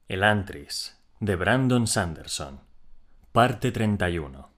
El Antris, de Brandon Sanderson. Parte 31.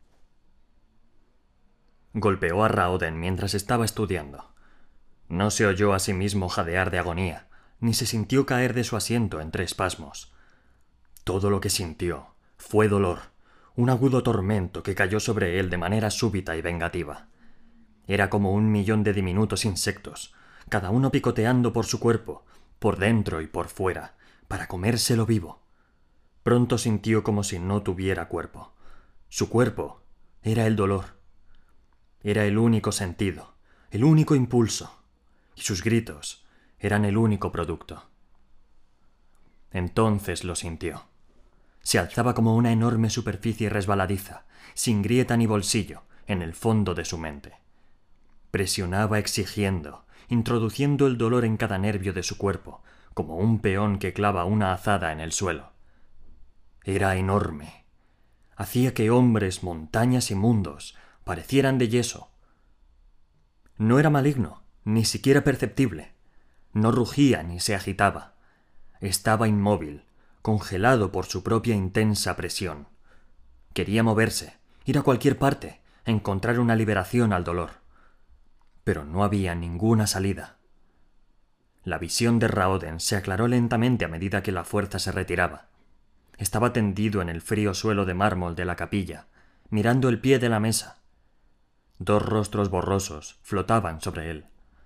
Golpeó a Raoden mientras estaba estudiando. No se oyó a sí mismo jadear de agonía, ni se sintió caer de su asiento entre espasmos. Todo lo que sintió fue dolor, un agudo tormento que cayó sobre él de manera súbita y vengativa. Era como 1.000.000 de diminutos insectos, cada uno picoteando por su cuerpo, por dentro y por fuera, para comérselo vivo. Pronto sintió como si no tuviera cuerpo. Su cuerpo era el dolor. Era el único sentido, el único impulso, y sus gritos eran el único producto. Entonces lo sintió. Se alzaba como una enorme superficie resbaladiza, sin grieta ni bolsillo, en el fondo de su mente. Presionaba exigiendo, introduciendo el dolor en cada nervio de su cuerpo, como un peón que clava una azada en el suelo. Era enorme. Hacía que hombres, montañas y mundos parecieran de yeso. No era maligno, ni siquiera perceptible. No rugía ni se agitaba. Estaba inmóvil, congelado por su propia intensa presión. Quería moverse, ir a cualquier parte, encontrar una liberación al dolor. Pero no había ninguna salida. La visión de Raoden se aclaró lentamente a medida que la fuerza se retiraba. Estaba tendido en el frío suelo de mármol de la capilla, mirando el pie de la mesa. Dos rostros borrosos flotaban sobre él.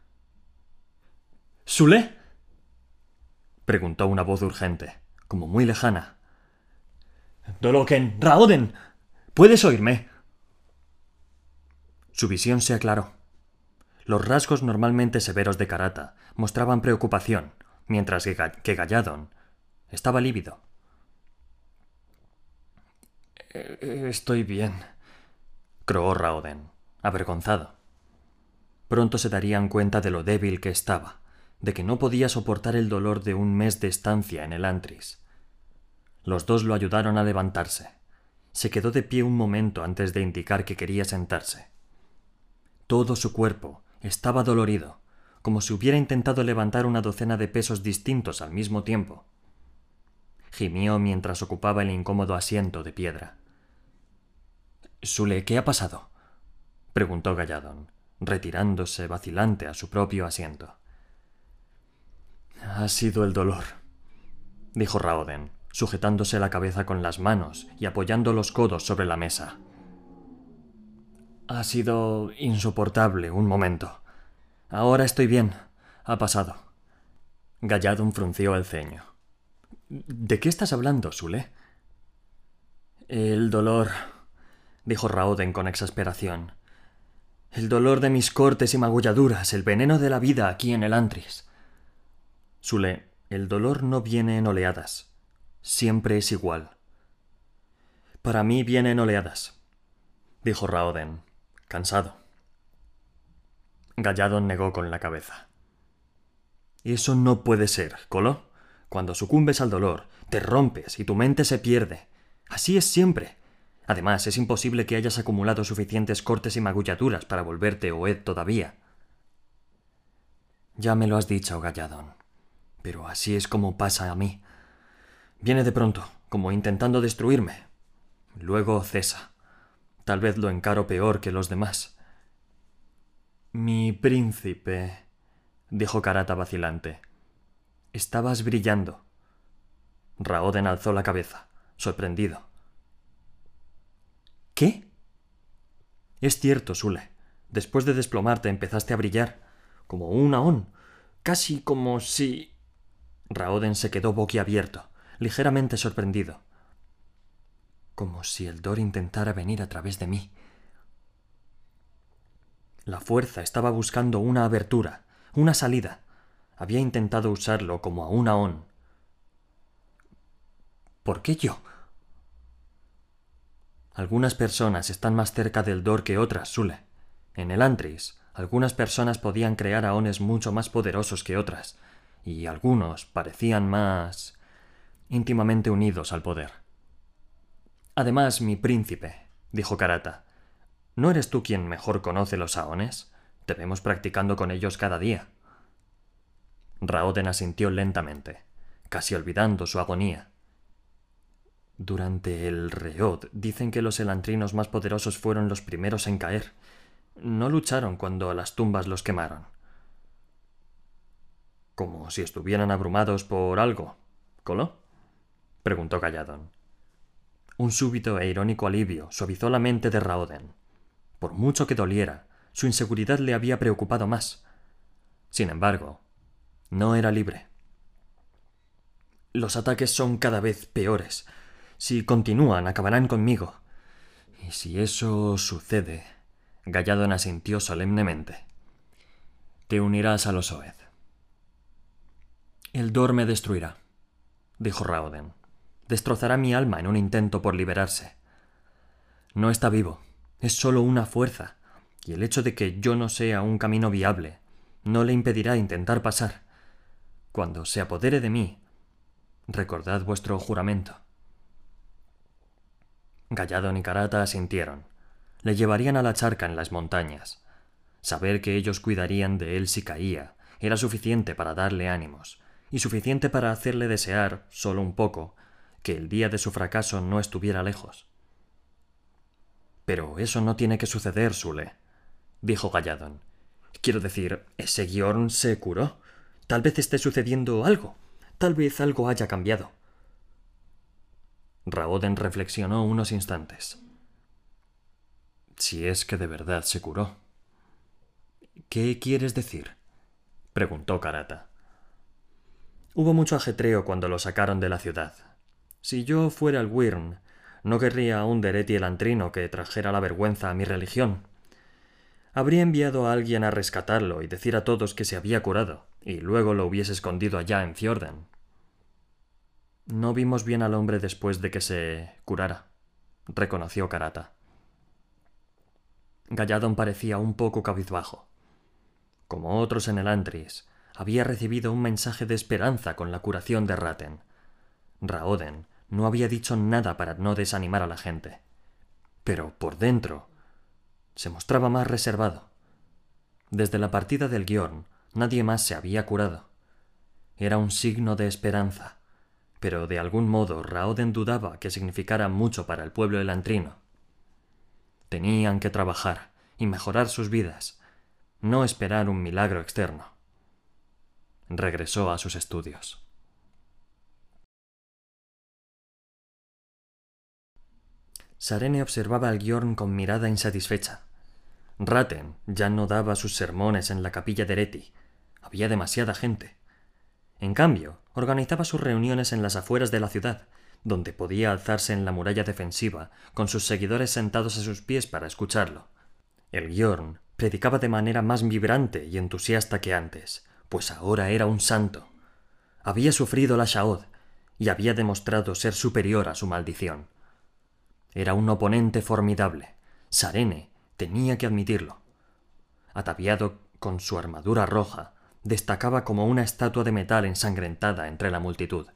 —¿Sule? —preguntó una voz urgente, como muy lejana. —Doloken, Raoden, ¿puedes oírme? Su visión se aclaró. Los rasgos normalmente severos de Karata mostraban preocupación, mientras que Galladon estaba lívido. —Estoy bien —croó Raoden, avergonzado. Pronto se darían cuenta de lo débil que estaba, de que no podía soportar el dolor de 1 mes de estancia en el Antris. Los dos lo ayudaron a levantarse. Se quedó de pie un momento antes de indicar que quería sentarse. Todo su cuerpo estaba dolorido, como si hubiera intentado levantar una docena de pesos distintos al mismo tiempo. Gimió mientras ocupaba el incómodo asiento de piedra. —Sule, ¿qué ha pasado? —preguntó Galladon, retirándose vacilante a su propio asiento. —Ha sido el dolor —dijo Raoden, sujetándose la cabeza con las manos y apoyando los codos sobre la mesa. Ha sido insoportable un momento. Ahora estoy bien. Ha pasado. Galladon frunció el ceño. —¿De qué estás hablando, Sule? —El dolor —dijo Raoden con exasperación—. El dolor de mis cortes y magulladuras, el veneno de la vida aquí en el Antris. Sule, el dolor no viene en oleadas. Siempre es igual. Para mí viene en oleadas —dijo Raoden, cansado. Galladon negó con la cabeza. Eso no puede ser, Colo. Cuando sucumbes al dolor, te rompes y tu mente se pierde. Así es siempre. Además, es imposible que hayas acumulado suficientes cortes y magulladuras para volverte Oed todavía. Ya me lo has dicho, Galladon. Pero así es como pasa a mí. Viene de pronto, como intentando destruirme. Luego cesa. Tal vez lo encaro peor que los demás. Mi príncipe, dijo Karata vacilante. Estabas brillando. Raoden alzó la cabeza, sorprendido. ¿Qué? Es cierto, Sule. Después de desplomarte empezaste a brillar, como un Aon, casi como si... Raoden se quedó boquiabierto, ligeramente sorprendido. Como si el Dor intentara venir a través de mí. La fuerza estaba buscando una abertura, una salida. Había intentado usarlo como a un Aon. ¿Por qué yo? Algunas personas están más cerca del Dor que otras, Sule. En el Antris, algunas personas podían crear Aones mucho más poderosos que otras, y algunos parecían más íntimamente unidos al poder. Además, mi príncipe, dijo Karata, ¿no eres tú quien mejor conoce los Aones? Te vemos practicando con ellos cada día. Raoden asintió lentamente. casi olvidando su agonía. Durante el Reod dicen que los elantrinos más poderosos fueron los primeros en caer. No lucharon cuando las tumbas los quemaron. Como si estuvieran abrumados por algo, ¿Colo? Preguntó Galladón. Un súbito e irónico alivio suavizó la mente de Raoden. Por mucho que doliera, su inseguridad le había preocupado más. Sin embargo, no era libre. Los ataques son cada vez peores. Si continúan, acabarán conmigo. Y si eso sucede, Galladón asintió solemnemente. Te unirás a los Oed. El Dor me destruirá, dijo Raoden. Destrozará mi alma en un intento por liberarse. No está vivo, es solo una fuerza, y el hecho de que yo no sea un camino viable no le impedirá intentar pasar. Cuando se apodere de mí, recordad vuestro juramento. Galladón y Karata asintieron. Le llevarían a la charca en las montañas. Saber que ellos cuidarían de él si caía era suficiente para darle ánimos, y suficiente para hacerle desear, solo un poco, que el día de su fracaso no estuviera lejos. Pero eso no tiene que suceder, Sule, dijo Galladón. Quiero decir, ese Giorn se curó. Tal vez esté sucediendo algo. Tal vez algo haya cambiado. Raoden reflexionó unos instantes. Si es que de verdad se curó. ¿Qué quieres decir? Preguntó Karata. Hubo mucho ajetreo cuando lo sacaron de la ciudad. Si yo fuera el Wyrn, no querría a un Dereti elantrino que trajera la vergüenza a mi religión. Habría enviado a alguien a rescatarlo y decir a todos que se había curado, y luego lo hubiese escondido allá en Fjorden. No vimos bien al hombre después de que se curara, reconoció Karata. Galladón parecía un poco cabizbajo. Como otros en el Antris, había recibido un mensaje de esperanza con la curación de Raten. Raoden no había dicho nada para no desanimar a la gente. Pero por dentro se mostraba más reservado. Desde la partida del Giorn, nadie más se había curado. Era un signo de esperanza, pero de algún modo Raoden dudaba que significara mucho para el pueblo elantrino. Tenían que trabajar y mejorar sus vidas, no esperar un milagro externo. Regresó a sus estudios. Sarene observaba al Giorn con mirada insatisfecha. Raten ya no daba sus sermones en la capilla de Ereti. Había demasiada gente. En cambio, organizaba sus reuniones en las afueras de la ciudad, donde podía alzarse en la muralla defensiva, con sus seguidores sentados a sus pies para escucharlo. El Giorn predicaba de manera más vibrante y entusiasta que antes, pues ahora era un santo. Había sufrido la Shaod y había demostrado ser superior a su maldición. Era un oponente formidable. Sarene tenía que admitirlo. Ataviado con su armadura roja, destacaba como una estatua de metal ensangrentada entre la multitud.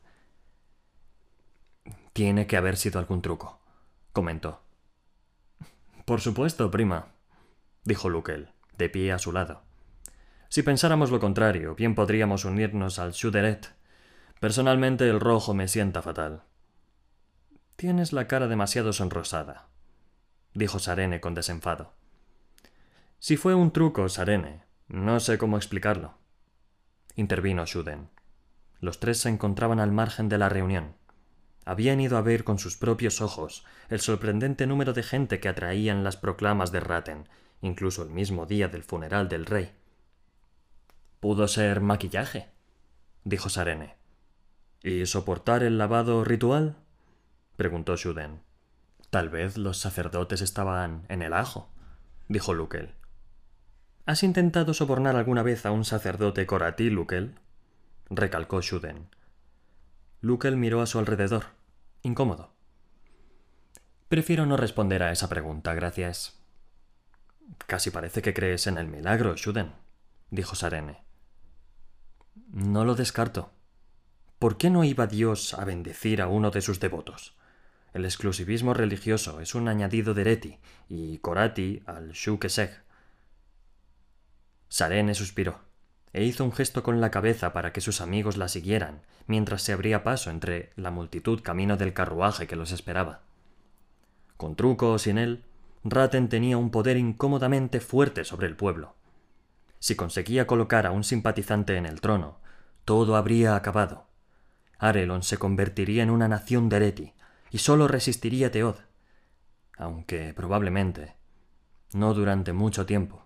Tiene que haber sido algún truco, comentó. Por supuesto, prima, dijo Lukel, de pie a su lado. Si pensáramos lo contrario, bien podríamos unirnos al Shuderet. Personalmente el rojo me sienta fatal. Tienes la cara demasiado sonrosada, dijo Sarene con desenfado. Si fue un truco, Sarene, no sé cómo explicarlo, intervino Shuden. Los tres se encontraban al margen de la reunión. Habían ido a ver con sus propios ojos el sorprendente número de gente que atraían las proclamas de Raten, incluso el mismo día del funeral del rey. «Pudo ser maquillaje», dijo Sarene. «¿Y soportar el lavado ritual?», preguntó Shuden. «Tal vez los sacerdotes estaban en el ajo», dijo Lukel. «¿Has intentado sobornar alguna vez a un sacerdote Corati, Lukel?», recalcó Shuden. Lukel miró a su alrededor, incómodo. «Prefiero no responder a esa pregunta, gracias». «Casi parece que crees en el milagro, Shuden», dijo Sarene. «No lo descarto. ¿Por qué no iba Dios a bendecir a uno de sus devotos? El exclusivismo religioso es un añadido de Ereti y Corati al Shu Keseg». Sarene suspiró. e hizo un gesto con la cabeza para que sus amigos la siguieran, mientras se abría paso entre la multitud camino del carruaje que los esperaba. Con truco o sin él, Ratten tenía un poder incómodamente fuerte sobre el pueblo. Si conseguía colocar a un simpatizante en el trono, todo habría acabado. Arelon se convertiría en una nación de Ereti, y solo resistiría Teod, aunque probablemente no durante mucho tiempo.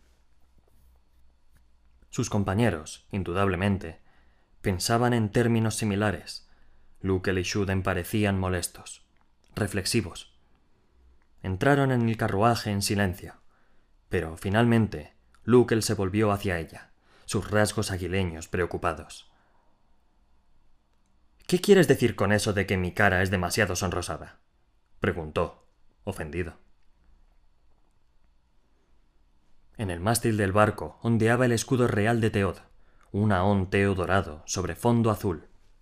Sus compañeros, indudablemente, pensaban en términos similares. Lukel y Shuden parecían molestos, reflexivos. Entraron en el carruaje en silencio, pero finalmente Lukel se volvió hacia ella, sus rasgos aguileños preocupados. «¿Qué quieres decir con eso de que mi cara es demasiado sonrosada?», preguntó, ofendido. En el mástil del barco ondeaba el escudo real de Teod, un ahón teo dorado sobre fondo azul.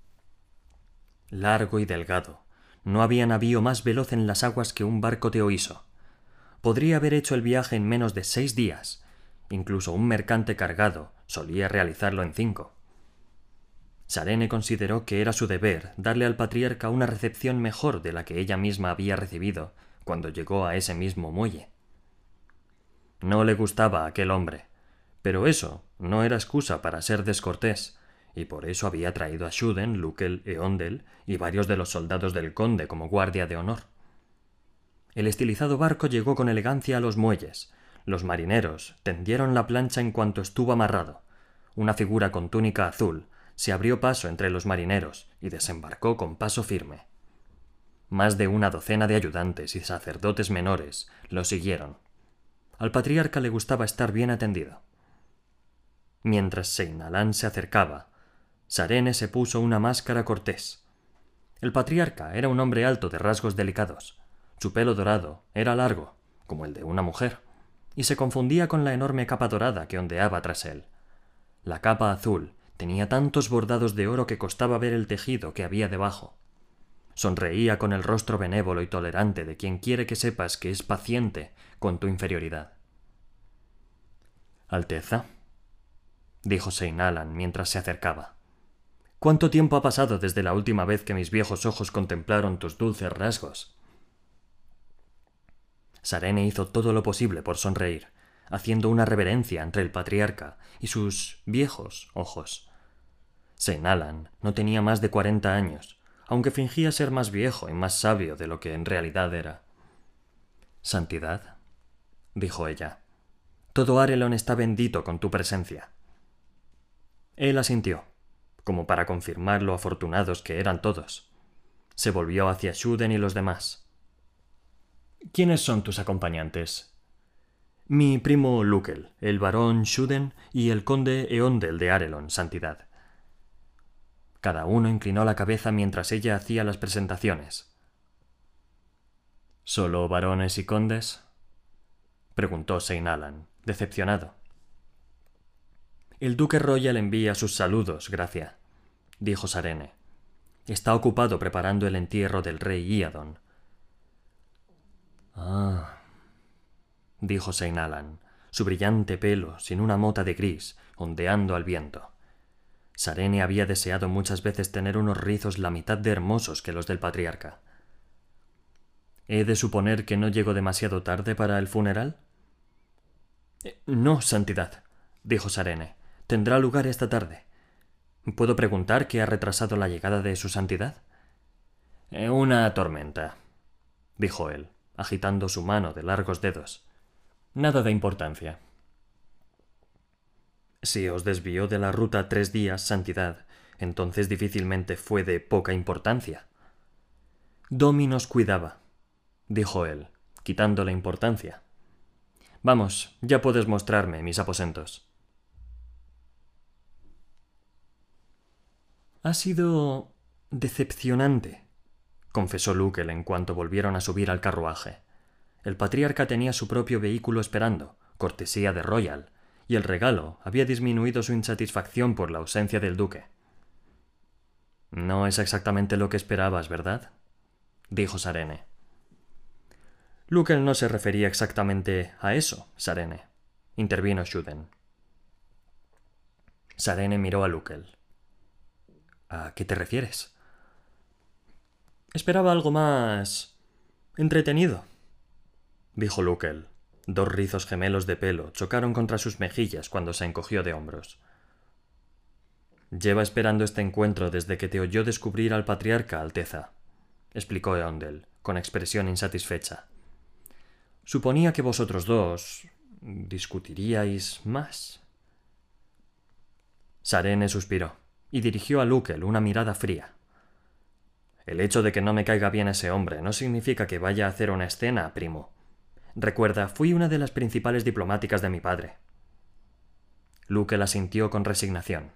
Largo y delgado, no había navío más veloz en las aguas que un barco teoiso. Podría haber hecho el viaje en menos de 6 días. Incluso un mercante cargado solía realizarlo en 5. Sarene consideró que era su deber darle al patriarca una recepción mejor de la que ella misma había recibido cuando llegó a ese mismo muelle. No le gustaba aquel hombre, pero eso no era excusa para ser descortés, y por eso había traído a Shuden, Lukel, Eondel y varios de los soldados del conde como guardia de honor. El estilizado barco llegó con elegancia a los muelles. Los marineros tendieron la plancha en cuanto estuvo amarrado. Una figura con túnica azul se abrió paso entre los marineros y desembarcó con paso firme. Más de una docena de ayudantes y sacerdotes menores lo siguieron. Al patriarca le gustaba estar bien atendido. Mientras Seinalán se acercaba, Sarene se puso una máscara cortés. El patriarca era un hombre alto de rasgos delicados. Su pelo dorado era largo, como el de una mujer, y se confundía con la enorme capa dorada que ondeaba tras él. La capa azul tenía tantos bordados de oro que costaba ver el tejido que había debajo. Sonreía con el rostro benévolo y tolerante de quien quiere que sepas que es paciente con tu inferioridad. «Alteza», dijo Seinalán mientras se acercaba, «¿cuánto tiempo ha pasado desde la última vez que mis viejos ojos contemplaron tus dulces rasgos?» Sarene hizo todo lo posible por sonreír, haciendo una reverencia entre el patriarca y sus viejos ojos. Seinalán no tenía más de 40 años, aunque fingía ser más viejo y más sabio de lo que en realidad era. «Santidad», dijo ella, «todo Arelon está bendito con tu presencia». Él asintió, como para confirmar lo afortunados que eran todos. Se volvió hacia Shuden y los demás. «¿Quiénes son tus acompañantes?» «Mi primo Lukel, el barón Shuden y el conde Eondel de Arelon, Santidad». Cada uno inclinó la cabeza mientras ella hacía las presentaciones. «¿Solo varones y condes?», preguntó Seinalán, decepcionado. «El duque Royal envía sus saludos, Gracia», dijo Sarene. «Está ocupado preparando el entierro del rey Iadon». «Ah», dijo Seinalán, su brillante pelo sin una mota de gris ondeando al viento. Sarene había deseado muchas veces tener unos rizos la mitad de hermosos que los del patriarca. «¿He de suponer que no llego demasiado tarde para el funeral?» «No, Santidad», dijo Sarene. «Tendrá lugar esta tarde. ¿Puedo preguntar qué ha retrasado la llegada de su santidad?» «Una tormenta», dijo él, agitando su mano de largos dedos. «Nada de importancia». «Si os desvió de la ruta 3 días, Santidad, entonces difícilmente fue de poca importancia». «Domi nos cuidaba», dijo él, quitando la importancia. «Vamos, ya puedes mostrarme mis aposentos». «Ha sido decepcionante», confesó Lukel en cuanto volvieron a subir al carruaje. El patriarca tenía su propio vehículo esperando, cortesía de Royal, y el regalo había disminuido su insatisfacción por la ausencia del duque. «No es exactamente lo que esperabas, ¿verdad?», dijo Sarene. «Lukel no se refería exactamente a eso, Sarene», intervino Shuden. Sarene miró a Lukel. ¿A qué te refieres? Esperaba algo más entretenido, dijo Lukel. Dos rizos gemelos de pelo chocaron contra sus mejillas cuando se encogió de hombros. Lleva esperando este encuentro desde que te oyó descubrir al patriarca, Alteza, explicó Eondel, con expresión insatisfecha. Suponía que vosotros dos discutiríais más. Sarene suspiró y dirigió a Lukel una mirada fría. El hecho de que no me caiga bien ese hombre no significa que vaya a hacer una escena, primo. Recuerda, fui una de las principales diplomáticas de mi padre. Lukel asintió con resignación.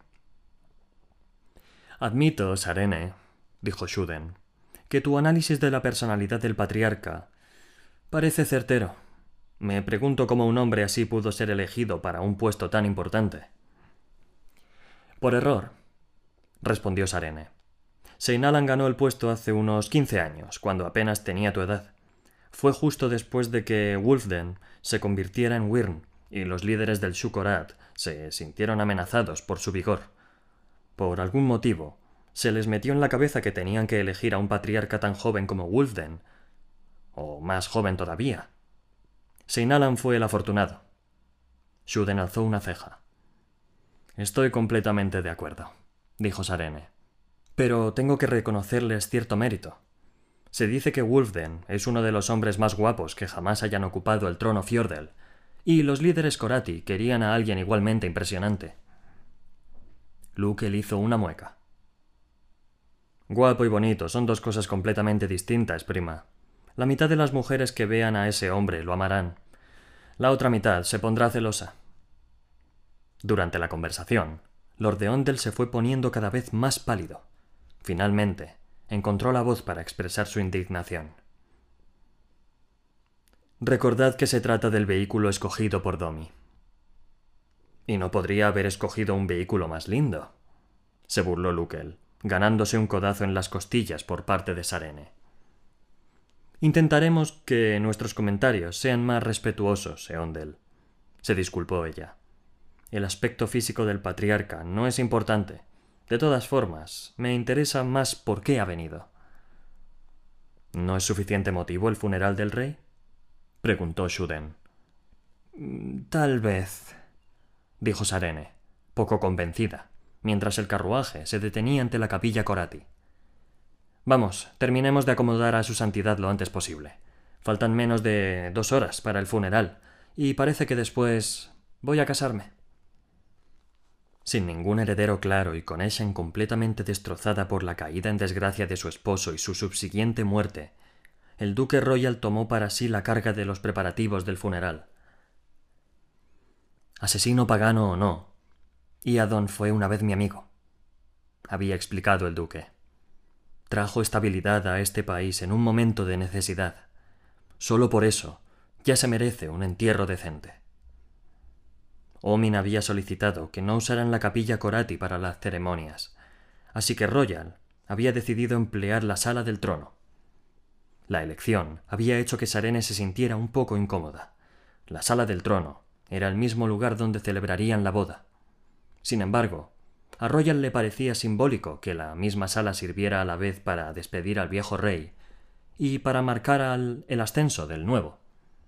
Admito, Sarene, dijo Shuden, que tu análisis de la personalidad del patriarca parece certero. Me pregunto cómo un hombre así pudo ser elegido para un puesto tan importante. Por error, respondió Sarene. Seinalan ganó el puesto hace unos 15 años, cuando apenas tenía tu edad. Fue justo después de que Wulfden se convirtiera en Wyrn y los líderes del Shugorath se sintieron amenazados por su vigor. Por algún motivo, se les metió en la cabeza que tenían que elegir a un patriarca tan joven como Wulfden, o más joven todavía. Seinalan fue el afortunado. Shuden alzó una ceja. Estoy completamente de acuerdo, dijo Sarene. Pero tengo que reconocerles cierto mérito. Se dice que Wulfden es uno de los hombres más guapos que jamás hayan ocupado el trono Fjordell, y los líderes Korati querían a alguien igualmente impresionante. Lukel hizo una mueca. Guapo y bonito son dos cosas completamente distintas, prima. La mitad de las mujeres que vean a ese hombre lo amarán. La otra mitad se pondrá celosa. Durante la conversación, Lord Eondel se fue poniendo cada vez más pálido. Finalmente, encontró la voz para expresar su indignación. Recordad que se trata del vehículo escogido por Domi. Y no podría haber escogido un vehículo más lindo, se burló Lukel, ganándose un codazo en las costillas por parte de Sarene. Intentaremos que nuestros comentarios sean más respetuosos, Eondel, se disculpó ella. El aspecto físico del patriarca no es importante. De todas formas, me interesa más por qué ha venido. ¿No es suficiente motivo el funeral del rey?, preguntó Shuden. Tal vez, dijo Sarene, poco convencida, mientras el carruaje se detenía ante la capilla Korati. Vamos, terminemos de acomodar a su santidad lo antes posible. Faltan menos de 2 horas para el funeral, y parece que después voy a casarme. Sin ningún heredero claro y con Eshen completamente destrozada por la caída en desgracia de su esposo y su subsiguiente muerte, el duque Royal tomó para sí la carga de los preparativos del funeral. Asesino pagano o no, Iadon fue una vez mi amigo, había explicado el duque. Trajo estabilidad a este país en un momento de necesidad. Solo por eso ya se merece un entierro decente. Omin había solicitado que no usaran la capilla Korati para las ceremonias, así que Royal había decidido emplear la sala del trono. La elección había hecho que Sarene se sintiera un poco incómoda. La sala del trono era el mismo lugar donde celebrarían la boda. Sin embargo, a Royal le parecía simbólico que la misma sala sirviera a la vez para despedir al viejo rey y para marcar el ascenso del nuevo.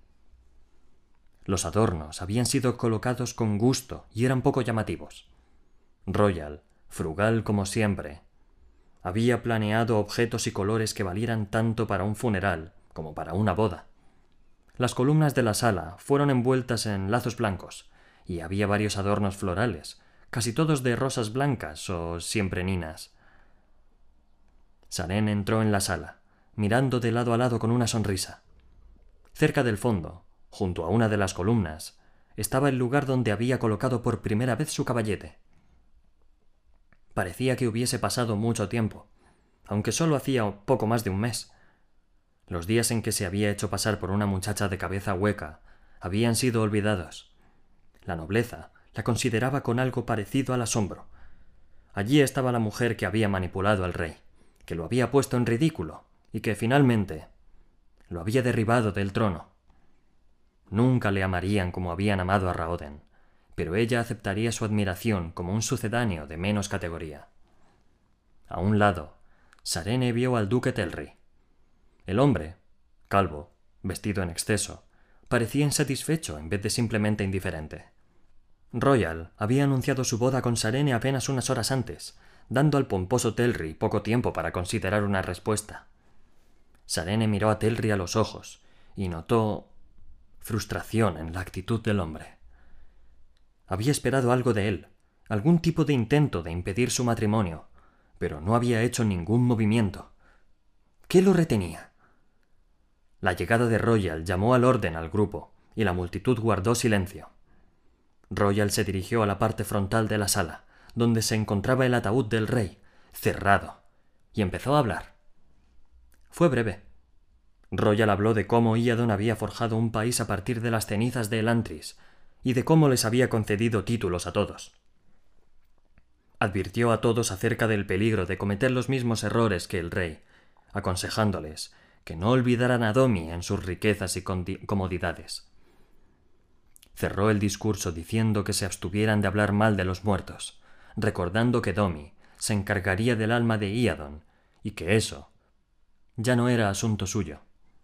Los adornos habían sido colocados con gusto y eran poco llamativos. Royal, frugal como siempre, había planeado objetos y colores que valieran tanto para un funeral como para una boda. Las columnas de la sala fueron envueltas en lazos blancos y había varios adornos florales, casi todos de rosas blancas o siempreninas. Sarene entró en la sala, mirando de lado a lado con una sonrisa. Cerca del fondo, junto a una de las columnas, estaba el lugar donde había colocado por primera vez su caballete. Parecía que hubiese pasado mucho tiempo, aunque solo hacía poco más de un mes. Los días en que se había hecho pasar por una muchacha de cabeza hueca habían sido olvidados. La nobleza la consideraba con algo parecido al asombro. Allí estaba la mujer que había manipulado al rey, que lo había puesto en ridículo y que finalmente lo había derribado del trono. Nunca le amarían como habían amado a Raoden, pero ella aceptaría su admiración como un sucedáneo de menos categoría. A un lado, Sarene vio al duque Telri. El hombre, calvo, vestido en exceso, parecía insatisfecho en vez de simplemente indiferente. Royal había anunciado su boda con Sarene apenas unas horas antes, dando al pomposo Telri poco tiempo para considerar una respuesta. Sarene miró a Telri a los ojos y notó frustración en la actitud del hombre. Había esperado algo de él, algún tipo de intento de impedir su matrimonio, pero no había hecho ningún movimiento. ¿Qué lo retenía? La llegada de Royal llamó al orden al grupo, y la multitud guardó silencio. Royal se dirigió a la parte frontal de la sala, donde se encontraba el ataúd del rey, cerrado, y empezó a hablar. Fue breve. Royal habló de cómo Iadon había forjado un país a partir de las cenizas de Elantris, y de cómo les había concedido títulos a todos. Advirtió a todos acerca del peligro de cometer los mismos errores que el rey, aconsejándoles que no olvidaran a Domi en sus riquezas y comodidades. Cerró el discurso diciendo que se abstuvieran de hablar mal de los muertos, recordando que Domi se encargaría del alma de Iadon y que eso ya no era asunto suyo.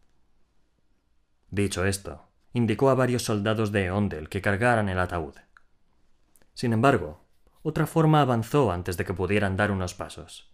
Dicho esto, indicó a varios soldados de Eondel que cargaran el ataúd. Sin embargo, otra forma avanzó antes de que pudieran dar unos pasos.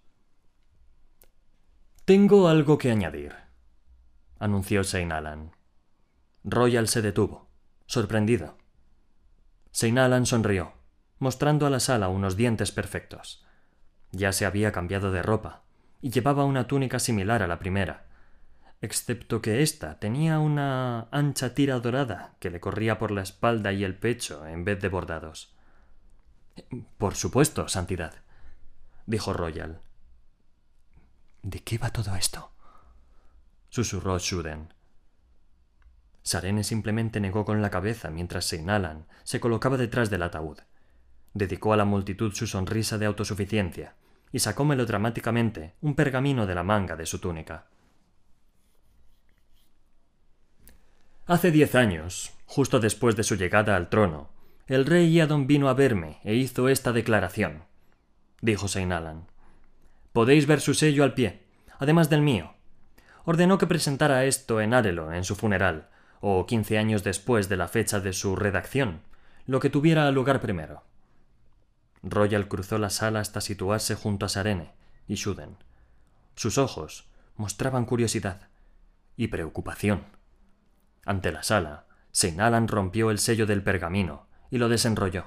«Tengo algo que añadir», anunció Seinalan. Royal se detuvo, sorprendido. Seinalan sonrió, mostrando a la sala unos dientes perfectos. Ya se había cambiado de ropa, y llevaba una túnica similar a la primera, excepto que ésta tenía una ancha tira dorada que le corría por la espalda y el pecho en vez de bordados. «Por supuesto, Santidad», dijo Royal. «¿De qué va todo esto?», susurró Shuden. Sarene simplemente negó con la cabeza mientras Seinalan se colocaba detrás del ataúd. Dedicó a la multitud su sonrisa de autosuficiencia y sacó melodramáticamente un pergamino de la manga de su túnica. «Hace 10 años, justo después de su llegada al trono, el rey Iadon vino a verme e hizo esta declaración», dijo Seinalan. «Podéis ver su sello al pie, además del mío. Ordenó que presentara esto en Arelon en su funeral, o 15 años después de la fecha de su redacción, lo que tuviera lugar primero». Royal cruzó la sala hasta situarse junto a Sarene y Shuden. Sus ojos mostraban curiosidad y preocupación. Ante la sala, Seinalan rompió el sello del pergamino y lo desenrolló.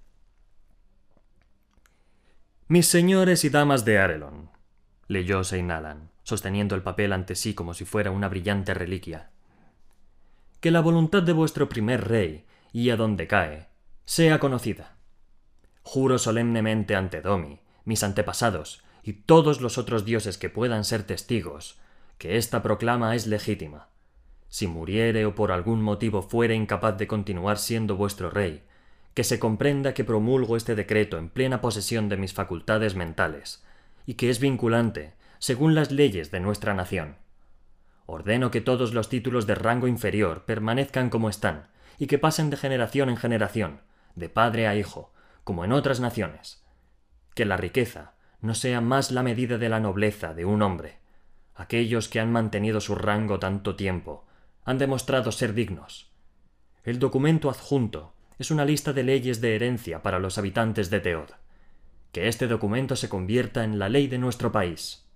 «Mis señores y damas de Arelon», leyó Seinalan, sosteniendo el papel ante sí como si fuera una brillante reliquia. «Que la voluntad de vuestro primer rey, y a donde cae, sea conocida. Juro solemnemente ante Domi, mis antepasados y todos los otros dioses que puedan ser testigos, que esta proclama es legítima. Si muriere o por algún motivo fuere incapaz de continuar siendo vuestro rey, que se comprenda que promulgo este decreto en plena posesión de mis facultades mentales, y que es vinculante, según las leyes de nuestra nación. Ordeno que todos los títulos de rango inferior permanezcan como están, y que pasen de generación en generación, de padre a hijo, como en otras naciones. Que la riqueza no sea más la medida de la nobleza de un hombre. Aquellos que han mantenido su rango tanto tiempo han demostrado ser dignos. El documento adjunto es una lista de leyes de herencia para los habitantes de Teod. Que este documento se convierta en la ley de nuestro país».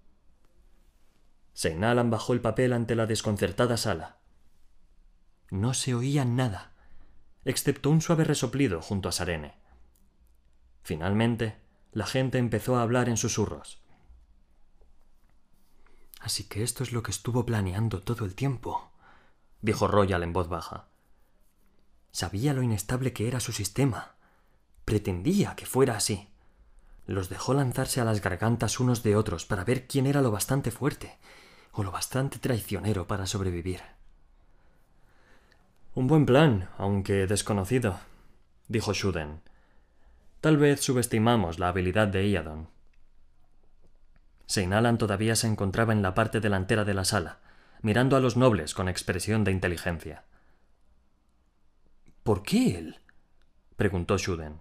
Seinalan bajó el papel ante la desconcertada sala. No se oía nada, excepto un suave resoplido junto a Sarene. Finalmente, la gente empezó a hablar en susurros. «Así que esto es lo que estuvo planeando todo el tiempo», dijo Royal en voz baja. «Sabía lo inestable que era su sistema. Pretendía que fuera así. Los dejó lanzarse a las gargantas unos de otros para ver quién era lo bastante fuerte o lo bastante traicionero para sobrevivir». «Un buen plan, aunque desconocido», dijo Shuden. «Tal vez subestimamos la habilidad de Iadon». Seinalan todavía se encontraba en la parte delantera de la sala, mirando a los nobles con expresión de inteligencia. «¿Por qué él? preguntó Shuden.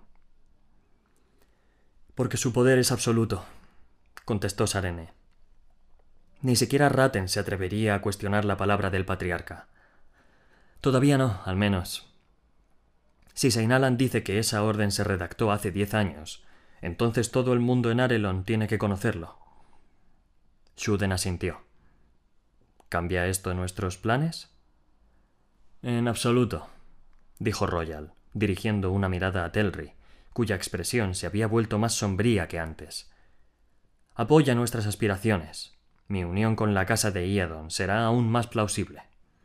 Porque su poder es absoluto, contestó Sarene. Ni siquiera Ratten se atrevería a cuestionar la palabra del patriarca. Todavía no, al menos. Si Seinalan dice que esa orden se redactó hace 10 años, entonces todo el mundo en Arelon tiene que conocerlo. Shuden asintió. ¿Cambia esto nuestros planes? En absoluto, dijo Royal, dirigiendo una mirada a Telri, cuya expresión se había vuelto más sombría que antes. Apoya nuestras aspiraciones. Mi unión con la casa de Iadon será aún más plausible.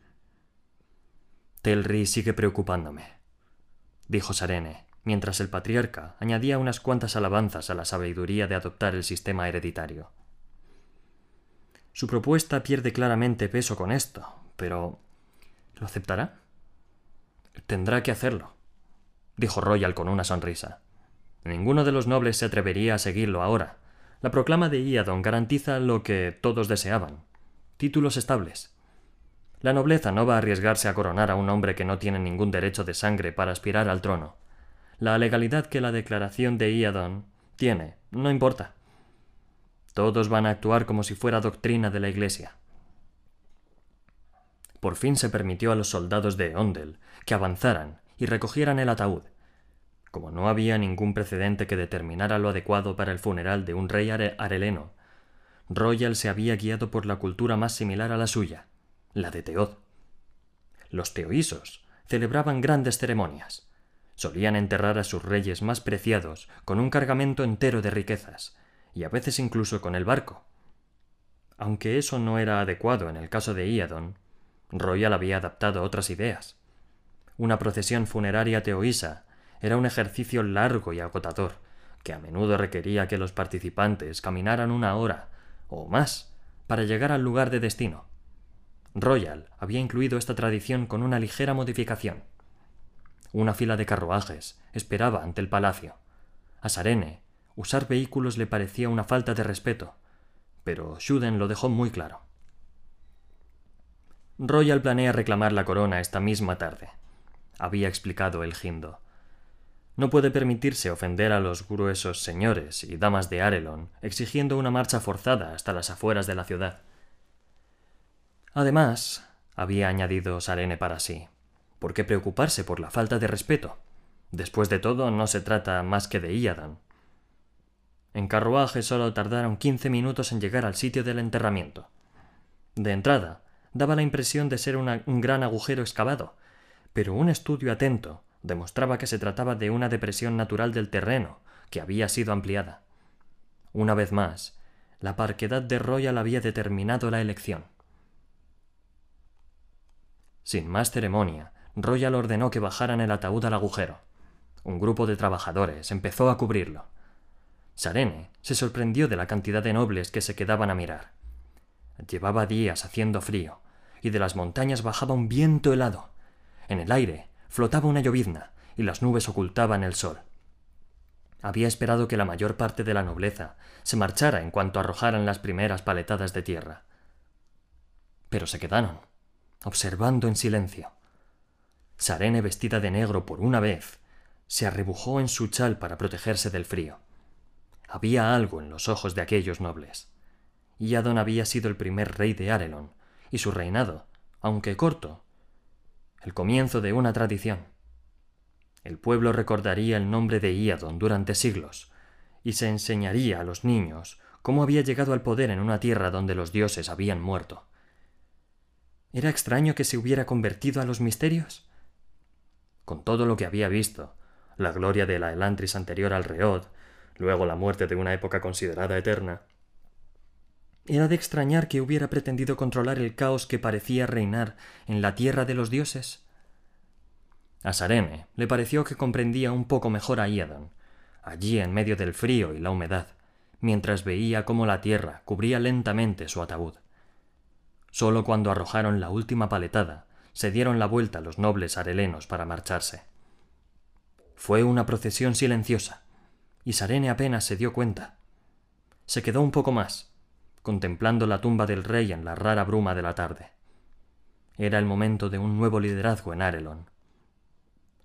Telri sigue preocupándome, dijo Sarene, mientras el patriarca añadía unas cuantas alabanzas a la sabiduría de adoptar el sistema hereditario. Su propuesta pierde claramente peso con esto, pero ¿lo aceptará? Tendrá que hacerlo, dijo Royal con una sonrisa. Ninguno de los nobles se atrevería a seguirlo ahora. La proclama de Iadon garantiza lo que todos deseaban: títulos estables. La nobleza no va a arriesgarse a coronar a un hombre que no tiene ningún derecho de sangre para aspirar al trono. La legalidad que la declaración de Iadon tiene no importa. Todos van a actuar como si fuera doctrina de la Iglesia. Por fin se permitió a los soldados de Eondel que avanzaran y recogieran el ataúd. Como no había ningún precedente que determinara lo adecuado para el funeral de un rey areleno, Royal se había guiado por la cultura más similar a la suya, la de Teod. Los teoisos celebraban grandes ceremonias. Solían enterrar a sus reyes más preciados con un cargamento entero de riquezas, y a veces incluso con el barco. Aunque eso no era adecuado en el caso de Iadon, Royal había adaptado otras ideas. Una procesión funeraria teoisa era un ejercicio largo y agotador, que a menudo requería que los participantes caminaran 1 hora o más para llegar al lugar de destino. Royal había incluido esta tradición con una ligera modificación. Una fila de carruajes esperaba ante el palacio. A Sarene, usar vehículos le parecía una falta de respeto, pero Shuden lo dejó muy claro. Royal planea reclamar la corona esta misma tarde, había explicado el Jindo. No puede permitirse ofender a los gruesos señores y damas de Arelon exigiendo una marcha forzada hasta las afueras de la ciudad. Además, había añadido Sarene para sí, ¿por qué preocuparse por la falta de respeto? Después de todo, no se trata más que de Iadon. En carruaje solo tardaron 15 minutos en llegar al sitio del enterramiento. De entrada, daba la impresión de ser un gran agujero excavado, pero un estudio atento demostraba que se trataba de una depresión natural del terreno, que había sido ampliada. Una vez más, la parquedad de Royal había determinado la elección. Sin más ceremonia, Royal ordenó que bajaran el ataúd al agujero. Un grupo de trabajadores empezó a cubrirlo. Sarene se sorprendió de la cantidad de nobles que se quedaban a mirar. Llevaba días haciendo frío, y de las montañas bajaba un viento helado. En el aire flotaba una llovizna, y las nubes ocultaban el sol. Había esperado que la mayor parte de la nobleza se marchara en cuanto arrojaran las primeras paletadas de tierra. Pero se quedaron, observando en silencio. Sarene, vestida de negro por una vez, se arrebujó en su chal para protegerse del frío. Había algo en los ojos de aquellos nobles. Iadon había sido el primer rey de Arelon, y su reinado, aunque corto, el comienzo de una tradición. El pueblo recordaría el nombre de Iadon durante siglos, y se enseñaría a los niños cómo había llegado al poder en una tierra donde los dioses habían muerto. ¿Era extraño que se hubiera convertido a los misterios? Con todo lo que había visto, la gloria de la Elantris anterior al Reod, luego la muerte de una época considerada eterna, ¿era de extrañar que hubiera pretendido controlar el caos que parecía reinar en la tierra de los dioses? A Sarene le pareció que comprendía un poco mejor a Iadon, allí en medio del frío y la humedad, mientras veía cómo la tierra cubría lentamente su ataúd. Solo cuando arrojaron la última paletada se dieron la vuelta los nobles arelenos para marcharse. Fue una procesión silenciosa, y Sarene apenas se dio cuenta. Se quedó un poco más, contemplando la tumba del rey en la rara bruma de la tarde. Era el momento de un nuevo liderazgo en Arelon.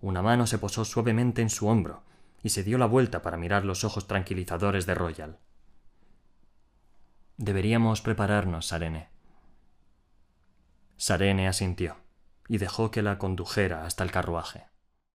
Una mano se posó suavemente en su hombro y se dio la vuelta para mirar los ojos tranquilizadores de Royal. «Deberíamos prepararnos, Sarene». Sarene asintió y dejó que la condujera hasta el carruaje.